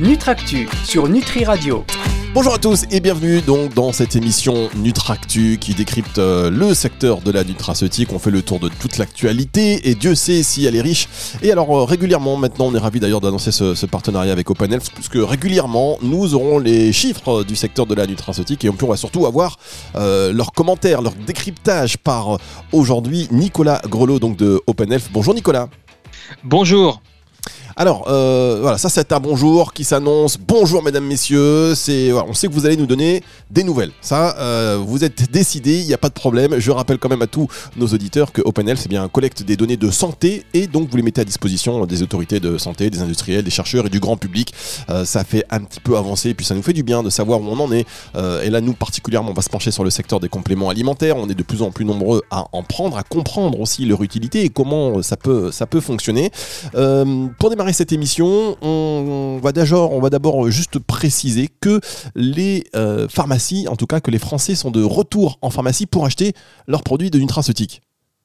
Nutractu sur Nutri Radio. Bonjour à tous et bienvenue donc dans cette émission Nutractu qui décrypte le secteur de la nutraceutique. On fait le tour de toute l'actualité et Dieu sait si elle est riche. Et alors régulièrement, maintenant on est ravis d'ailleurs d'annoncer ce partenariat avec Open Health, puisque régulièrement nous aurons les chiffres du secteur de la nutraceutique et puis on va surtout avoir leurs commentaires, leur décryptage par aujourd'hui Nicolas Grelot donc de Open Health. Bonjour Nicolas. Bonjour. Alors, voilà, ça c'est un bonjour qui s'annonce. Bonjour mesdames, messieurs, on sait que vous allez nous donner des nouvelles. Ça, vous êtes décidés, il n'y a pas de problème. Je rappelle quand même à tous nos auditeurs que Open Health, c'est bien collecte des données de santé et donc vous les mettez à disposition des autorités de santé, des industriels, des chercheurs et du grand public. Ça fait un petit peu avancer et puis ça nous fait du bien de savoir où on en est. Et là, nous particulièrement, on va se pencher sur le secteur des compléments alimentaires. On est de plus en plus nombreux à en prendre, à comprendre aussi leur utilité et comment ça peut fonctionner. Pour démarrer cette émission, on va d'abord juste préciser que les pharmacies, en tout cas que les Français sont de retour en pharmacie pour acheter leurs produits de nutraceutique.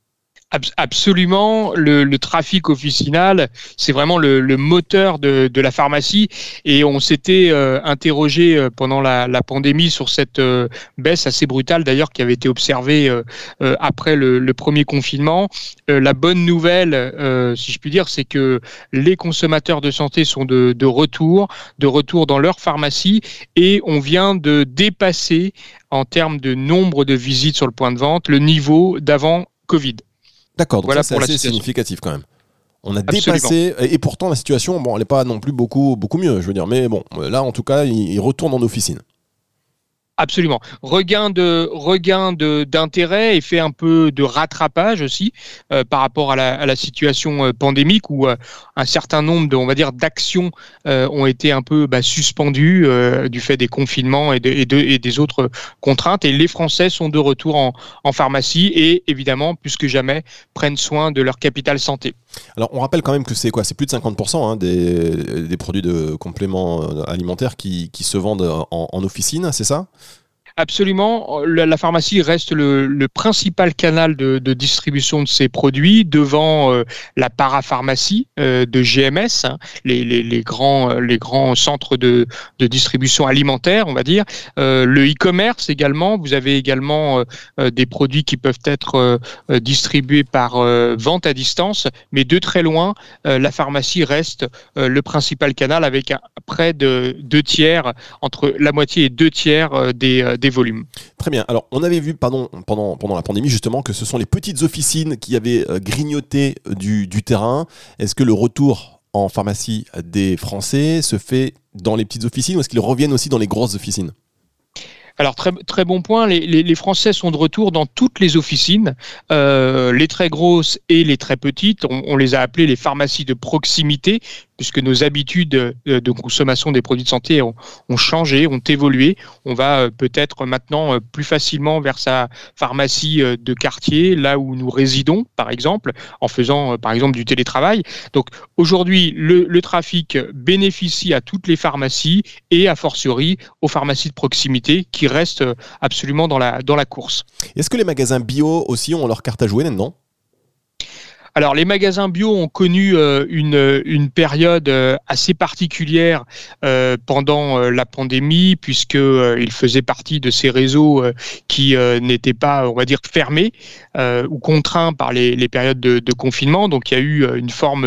Absolument, le trafic officinal, c'est vraiment le moteur de la pharmacie et on s'était interrogé pendant la pandémie sur cette baisse assez brutale d'ailleurs qui avait été observée après le premier confinement. La bonne nouvelle, si je puis dire, c'est que les consommateurs de santé sont de retour dans leur pharmacie et on vient de dépasser en termes de nombre de visites sur le point de vente le niveau d'avant Covid. D'accord, donc voilà, ça c'est assez significatif quand même. On a Absolument. dépassé, et pourtant la situation, elle n'est pas non plus beaucoup mieux, je veux dire. Mais bon, là en tout cas, il retourne en officine. Absolument. Regain d'intérêt et fait un peu de rattrapage aussi par rapport à la situation pandémique où un certain nombre d'actions ont été un peu suspendues du fait des confinements et des autres contraintes. Et les Français sont de retour en pharmacie et évidemment, plus que jamais, prennent soin de leur capital santé. Alors on rappelle quand même que c'est plus de 50% des produits de compléments alimentaires qui se vendent en officine, c'est ça ? Absolument. La pharmacie reste le principal canal de distribution de ces produits devant la parapharmacie de GMS, les grands centres de distribution alimentaire, on va dire. Le e-commerce également. Vous avez également des produits qui peuvent être distribués par vente à distance, mais de très loin, la pharmacie reste le principal canal avec près de 2/3, entre la moitié et 2/3 des volumes. Très bien. Alors, on avait vu pendant la pandémie justement que ce sont les petites officines qui avaient grignoté du terrain. Est-ce que le retour en pharmacie des Français se fait dans les petites officines ou est-ce qu'ils reviennent aussi dans les grosses officines ? Alors, très, très bon point. Les Français sont de retour dans toutes les officines, les très grosses et les très petites. On les a appelées les pharmacies de proximité, puisque nos habitudes de consommation des produits de santé ont changé, ont évolué. On va peut-être maintenant plus facilement vers sa pharmacie de quartier, là où nous résidons, par exemple, en faisant, par exemple, du télétravail. Donc, aujourd'hui, le trafic bénéficie à toutes les pharmacies et, a fortiori, aux pharmacies de proximité qui restent absolument dans la course. Est-ce que les magasins bio aussi ont leur carte à jouer là-dedans ? Alors, les magasins bio ont connu une période assez particulière pendant la pandémie, puisqu'ils faisaient partie de ces réseaux qui n'étaient pas, on va dire, fermés ou contraints par les périodes de confinement. Donc, il y a eu une forme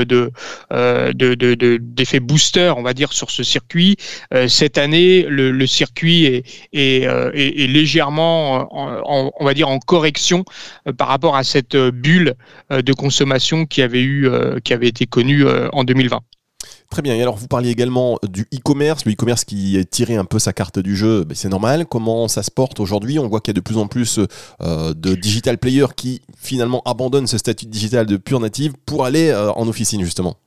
d'effet booster, on va dire, sur ce circuit. Cette année, le circuit est légèrement, on va dire, en correction par rapport à cette bulle de consommation qui avait été connue en 2020. Très bien, et alors vous parliez également du e-commerce, le e-commerce qui tirait un peu sa carte du jeu, c'est normal. Comment ça se porte aujourd'hui ? On voit qu'il y a de plus en plus de digital players qui finalement abandonnent ce statut digital de pure native pour aller en officine justement.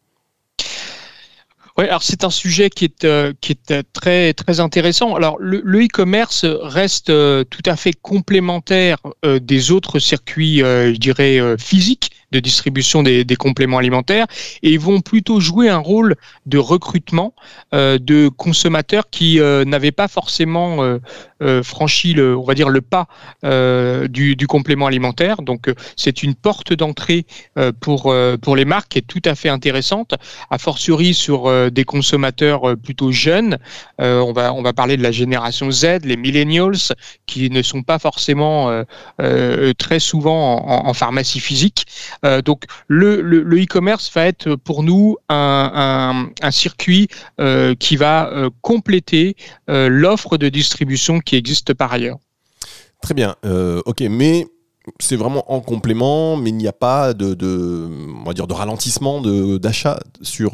Oui, alors c'est un sujet qui est très très intéressant. Alors le e-commerce reste tout à fait complémentaire des autres circuits, je dirais physiques de distribution des compléments alimentaires, et ils vont plutôt jouer un rôle de recrutement de consommateurs qui n'avaient pas forcément franchi on va dire le pas du complément alimentaire. Donc c'est une porte d'entrée pour les marques qui est tout à fait intéressante, a fortiori sur des consommateurs plutôt jeunes. On va parler de la génération Z, les millennials, qui ne sont pas forcément très souvent en pharmacie physique. Donc le e-commerce va être pour nous un circuit qui va compléter l'offre de distribution qui existe par ailleurs. Très bien, ok, mais c'est vraiment en complément, mais il n'y a pas on va dire de ralentissement d'achat sur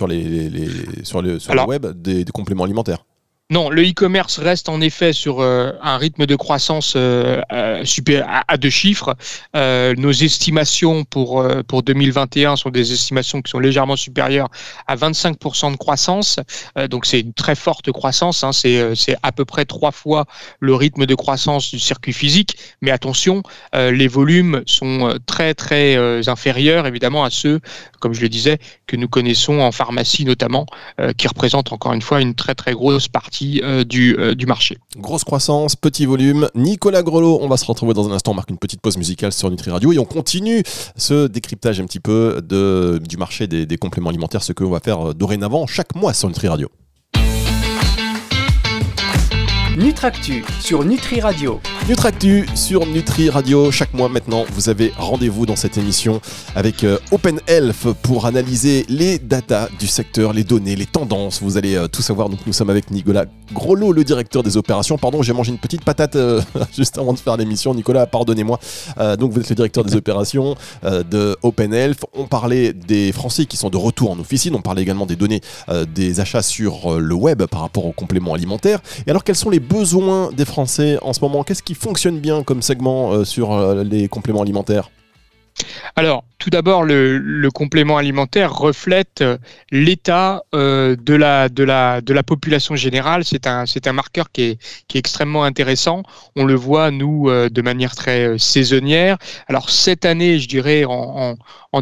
le web des compléments alimentaires. Non, le e-commerce reste en effet sur un rythme de croissance à 2 chiffres. Nos estimations pour 2021 sont des estimations qui sont légèrement supérieures à 25% de croissance. Donc c'est une très forte croissance. C'est à peu près 3 fois le rythme de croissance du circuit physique. Mais attention, les volumes sont très très inférieurs évidemment à ceux, comme je le disais, que nous connaissons en pharmacie notamment, qui représentent encore une fois une très très grosse partie du marché. Grosse croissance, petit volume. Nicolas Grelot, on va se retrouver dans un instant, on marque une petite pause musicale sur Nutri Radio et on continue ce décryptage un petit peu du marché des compléments alimentaires, ce que l'on va faire dorénavant chaque mois sur Nutri Radio. Nutractu sur Nutri Radio. Nutractu sur Nutri Radio. Chaque mois maintenant, vous avez rendez-vous dans cette émission avec Open Health pour analyser les datas du secteur, les données, les tendances. Vous allez tout savoir. Donc nous sommes avec Nicolas Grelot, le directeur des opérations. Pardon, j'ai mangé une petite patate juste avant de faire l'émission. Nicolas, pardonnez-moi. Donc vous êtes le directeur des opérations de Open Health. On parlait des Français qui sont de retour en officine. On parlait également des données des achats sur le web par rapport aux compléments alimentaires. Et alors, quels sont les besoins des Français en ce moment? Qu'est-ce qui fonctionne bien comme segment sur les compléments alimentaires? Alors, tout d'abord, le complément alimentaire reflète l'état de la population générale. C'est un marqueur qui est extrêmement intéressant. On le voit, nous, de manière très saisonnière. Alors, cette année, je dirais, en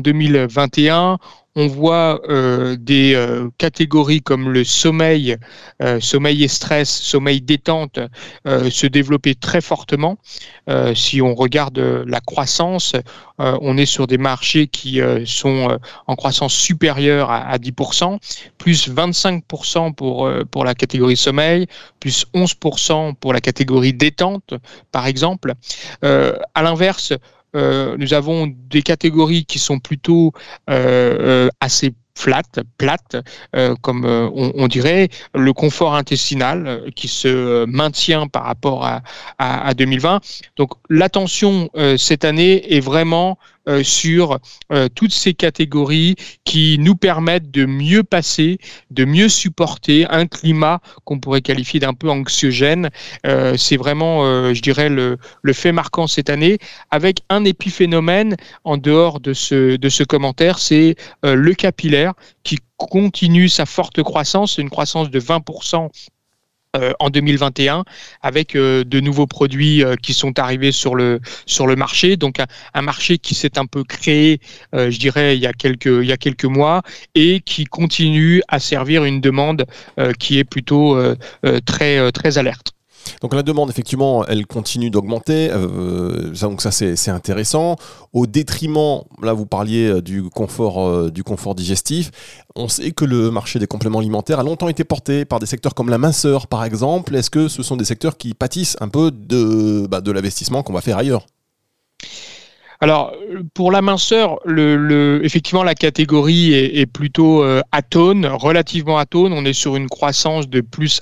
2021, on voit des catégories comme le sommeil, sommeil et stress, sommeil détente se développer très fortement. Si on regarde la croissance, on est sur des marchés qui sont en croissance supérieure à 10%, plus 25% pour la catégorie sommeil, plus 11% pour la catégorie détente, par exemple. À l'inverse, nous avons des catégories qui sont plutôt assez plates, comme on dirait, le confort intestinal qui se maintient par rapport à 2020. Donc l'attention cette année est vraiment sur toutes ces catégories qui nous permettent de mieux passer, de mieux supporter un climat qu'on pourrait qualifier d'un peu anxiogène. C'est vraiment, je dirais, le fait marquant cette année, avec un épiphénomène en dehors de ce commentaire, c'est le capillaire qui continue sa forte croissance, une croissance de 20% en 2021, avec de nouveaux produits qui sont arrivés sur le marché. Donc un marché qui s'est un peu créé, je dirais, il y a quelques mois, et qui continue à servir une demande qui est plutôt très très alerte. Donc la demande, effectivement, elle continue d'augmenter, donc ça c'est intéressant. Au détriment, là vous parliez du confort digestif, on sait que le marché des compléments alimentaires a longtemps été porté par des secteurs comme la minceur par exemple. Est-ce que ce sont des secteurs qui pâtissent un peu de l'investissement qu'on va faire ailleurs ? Alors, pour la minceur, effectivement, la catégorie est plutôt atone, relativement atone. On est sur une croissance de plus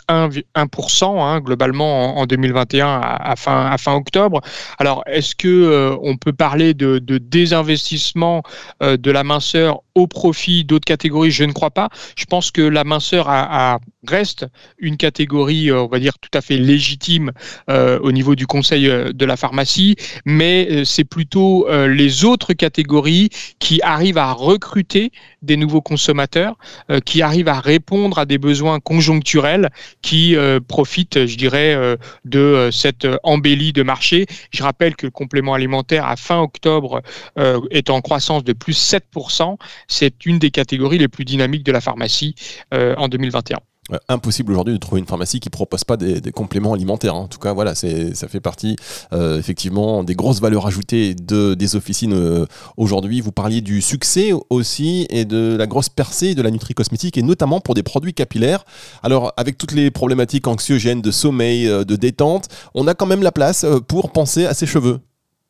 1% globalement en 2021 à fin octobre. Alors, est-ce que on peut parler de désinvestissement de la minceur au profit d'autres catégories? Je ne crois pas. Je pense que la minceur reste une catégorie, on va dire, tout à fait légitime au niveau du conseil de la pharmacie, mais c'est plutôt les autres catégories qui arrivent à recruter des nouveaux consommateurs qui arrivent à répondre à des besoins conjoncturels qui profitent, je dirais, de cette embellie de marché. Je rappelle que le complément alimentaire à fin octobre est en croissance de plus 7%. C'est une des catégories les plus dynamiques de la pharmacie en 2021. Impossible aujourd'hui de trouver une pharmacie qui ne propose pas des compléments alimentaires. En tout cas, voilà, ça fait partie effectivement des grosses valeurs ajoutées des officines aujourd'hui. Vous parliez du succès aussi et de la grosse percée de la nutri-cosmétique et notamment pour des produits capillaires. Alors, avec toutes les problématiques anxiogènes de sommeil, de détente, on a quand même la place pour penser à ses cheveux.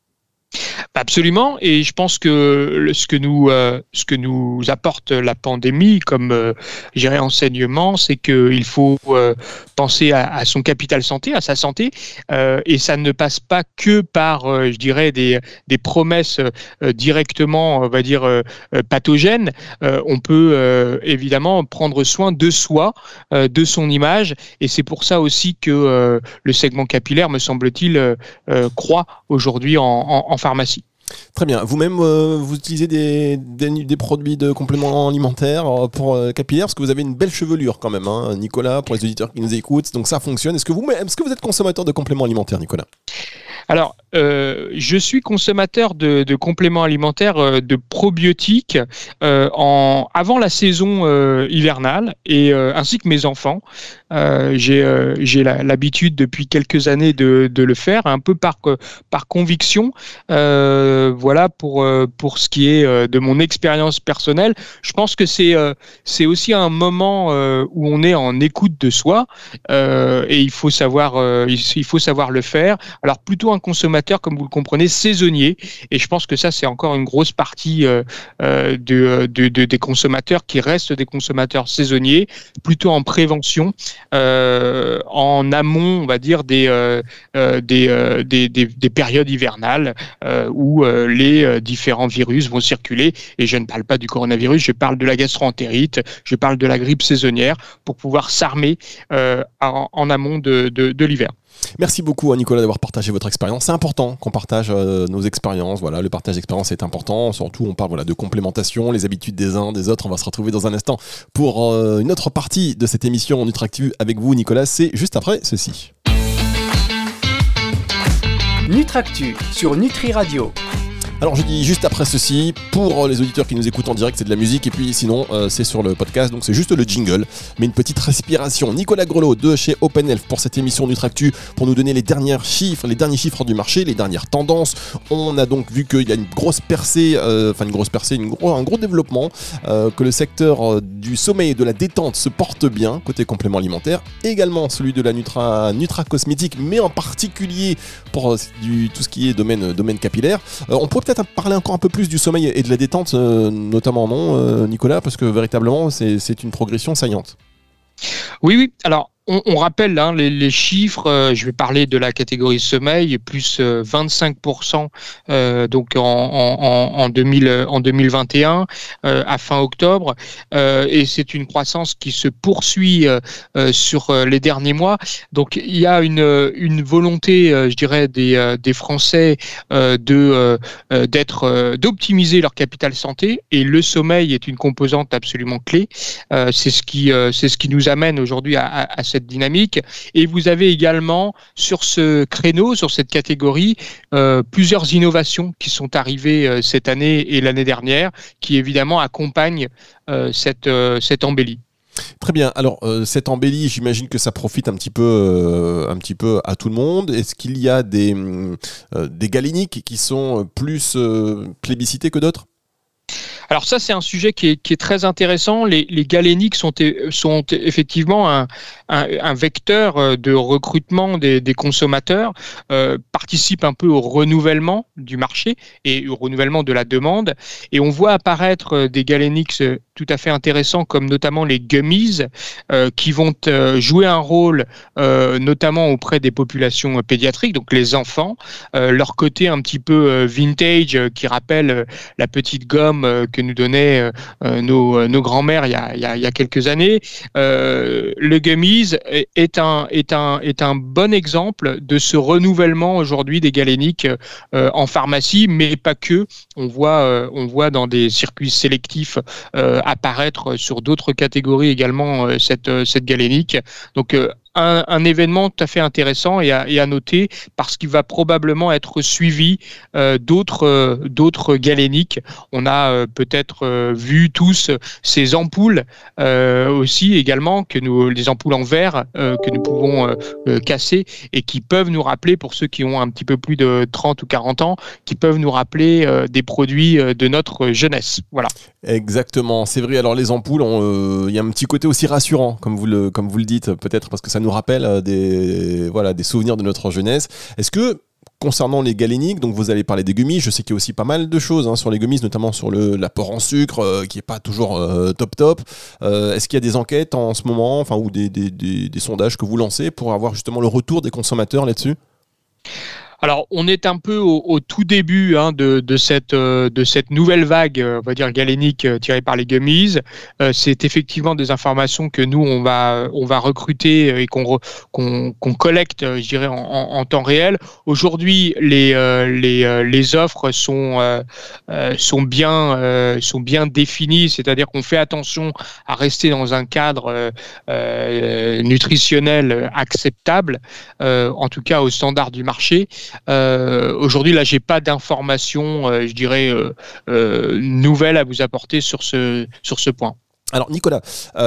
Absolument, et je pense que ce que nous apporte la pandémie comme je dirais enseignement, c'est qu'il faut penser à son capital santé, à sa santé, et ça ne passe pas que par, je dirais, des promesses directement, on va dire, pathogènes. On peut évidemment prendre soin de soi, de son image, et c'est pour ça aussi que le segment capillaire, me semble-t-il, croît aujourd'hui en pharmacie. Très bien. Vous-même, vous utilisez des produits de compléments alimentaires pour capillaires, parce que vous avez une belle chevelure quand même, hein, Nicolas, pour les auditeurs qui nous écoutent. Donc ça fonctionne. Est-ce que vous êtes consommateur de compléments alimentaires, Nicolas ? Alors, je suis consommateur de compléments alimentaires de probiotiques avant la saison hivernale et ainsi que mes enfants. J'ai l'habitude depuis quelques années de le faire, un peu par conviction. Voilà pour ce qui est de mon expérience personnelle. Je pense que c'est aussi un moment où on est en écoute de soi et il faut savoir le faire. Alors plutôt un consommateur, comme vous le comprenez, saisonnier. Et je pense que ça, c'est encore une grosse partie des consommateurs qui restent des consommateurs saisonniers, plutôt en prévention, en amont, on va dire, des périodes hivernales où les différents virus vont circuler. Et je ne parle pas du coronavirus, je parle de la gastro-entérite, je parle de la grippe saisonnière, pour pouvoir s'armer en amont de l'hiver. Merci beaucoup à Nicolas d'avoir partagé votre expérience. C'est important qu'on partage nos expériences. Voilà, le partage d'expérience est important. Surtout, on parle de complémentation, les habitudes des uns, des autres. On va se retrouver dans un instant pour une autre partie de cette émission Nutractu avec vous, Nicolas. C'est juste après ceci. Nutractu sur Nutri Radio. Alors je dis juste après ceci, pour les auditeurs qui nous écoutent en direct, c'est de la musique, et puis sinon c'est sur le podcast, donc c'est juste le jingle, mais une petite respiration. Nicolas Grelot de chez OpenElf pour cette émission Nutractu, pour nous donner les derniers chiffres du marché, les dernières tendances. On a donc vu qu'il y a une grosse percée, un gros développement, que le secteur du sommeil et de la détente se porte bien, côté complément alimentaire, également celui de la nutra-cosmétique, mais en particulier pour tout ce qui est domaine capillaire. On pourrait peut-être parler encore un peu plus du sommeil et de la détente, notamment, non, Nicolas, parce que véritablement, c'est une progression saillante. Oui. Alors, on rappelle les chiffres. Je vais parler de la catégorie sommeil, plus 25% donc en 2021 à fin octobre, et c'est une croissance qui se poursuit sur les derniers mois. Donc il y a une volonté, je dirais, des Français d'optimiser leur capital santé, et le sommeil est une composante absolument clé. C'est ce qui nous amène aujourd'hui à cette dynamique. Et vous avez également sur ce créneau, sur cette catégorie, plusieurs innovations qui sont arrivées cette année et l'année dernière, qui évidemment accompagnent cette embellie. Très bien. Alors, cette embellie, j'imagine que ça profite un petit peu à tout le monde. Est-ce qu'il y a des galéniques qui sont plus plébiscités que d'autres ? Alors ça, c'est un sujet qui est très intéressant. Les galéniques sont effectivement un vecteur de recrutement des consommateurs, participent un peu au renouvellement du marché et au renouvellement de la demande. Et on voit apparaître des galéniques tout à fait intéressants comme notamment les gummies qui vont jouer un rôle notamment auprès des populations pédiatriques, donc les enfants, leur côté un petit peu vintage qui rappelle la petite gomme que nous donnaient nos grands-mères il y a quelques années. Le gummies est un bon exemple de ce renouvellement aujourd'hui des galéniques en pharmacie, mais pas que. On voit dans des circuits sélectifs apparaître sur d'autres catégories également cette galénique. Donc un événement tout à fait intéressant et à noter parce qu'il va probablement être suivi d'autres galéniques. On a peut-être vu tous ces ampoules aussi également, les ampoules en verre que nous pouvons casser et qui peuvent nous rappeler, pour ceux qui ont un petit peu plus de 30 ou 40 ans, qui peuvent nous rappeler des produits de notre jeunesse. Voilà. Exactement, c'est vrai. Alors les ampoules, il y a un petit côté aussi rassurant, comme vous le dites, peut-être parce que ça nous rappelle des souvenirs de notre jeunesse. Est-ce que, concernant les galéniques, donc vous allez parler des gummies, je sais qu'il y a aussi pas mal de choses sur les gummies, notamment sur l'apport en sucre, qui n'est pas toujours top. Est-ce qu'il y a des enquêtes en ce moment, ou des sondages que vous lancez pour avoir justement le retour des consommateurs là-dessus ? Alors, on est un peu au tout début de cette nouvelle vague, on va dire galénique, tirée par les gummies. C'est effectivement des informations que nous on va recruter et qu'on collecte, je dirais, en temps réel. Aujourd'hui, les offres sont bien définies, c'est-à-dire qu'on fait attention à rester dans un cadre nutritionnel acceptable, en tout cas au standard du marché. Aujourd'hui, là, j'ai pas d'informations, je dirais, nouvelles à vous apporter sur ce point. Alors, Nicolas,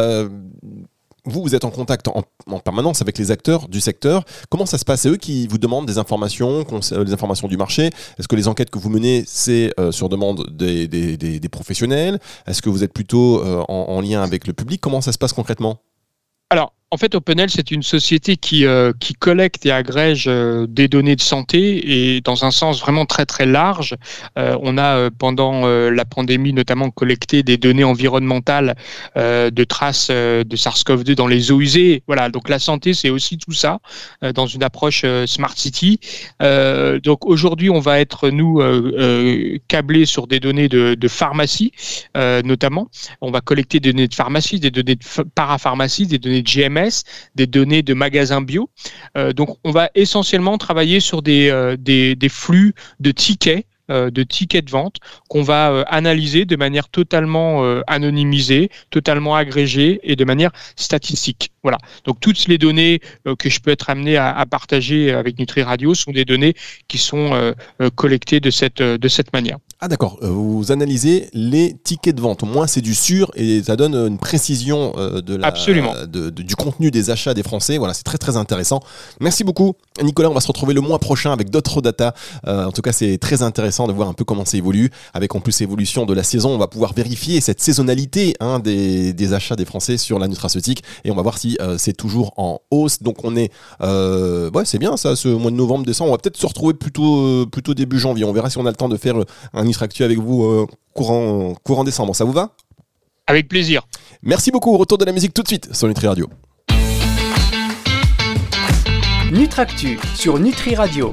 vous êtes en contact en permanence avec les acteurs du secteur. Comment ça se passe ? C'est eux qui vous demandent des informations du marché ? Est-ce que les enquêtes que vous menez, c'est sur demande des professionnels ? Est-ce que vous êtes plutôt en lien avec le public ? Comment ça se passe concrètement ? Alors, en fait, OpenHealth, c'est une société qui collecte et agrège des données de santé et dans un sens vraiment très très large. On a pendant la pandémie notamment collecté des données environnementales de traces de SARS-CoV-2 dans les eaux usées. Voilà, donc la santé, c'est aussi tout ça dans une approche Smart City. Donc aujourd'hui, on va être nous câblés sur des données de pharmacie notamment. On va collecter des données de pharmacie, des données de parapharmacie, des données de GMS, des données de magasins bio. Donc, on va essentiellement travailler sur des flux de tickets de vente qu'on va analyser de manière totalement anonymisée, totalement agrégée et de manière statistique. Voilà. Donc toutes les données que je peux être amené à partager avec Nutri Radio sont des données qui sont collectées de cette manière. Ah d'accord, vous analysez les tickets de vente. Au moins c'est du sûr et ça donne une précision du contenu des achats des Français. Voilà, c'est très très intéressant. Merci beaucoup Nicolas, on va se retrouver le mois prochain avec d'autres data. En tout cas c'est très intéressant de voir un peu comment ça évolue. Avec en plus l'évolution de la saison, on va pouvoir vérifier cette saisonnalité des achats des Français sur la nutraceutique et on va voir si c'est toujours en hausse. Donc on est... c'est bien ça, ce mois de novembre, décembre. On va peut-être se retrouver plutôt début janvier. On verra si on a le temps de faire un Nutractu avec vous courant décembre. Ça vous va ? Avec plaisir. Merci beaucoup. Retour de la musique tout de suite sur Nutri Radio. Nutractu sur Nutri Radio.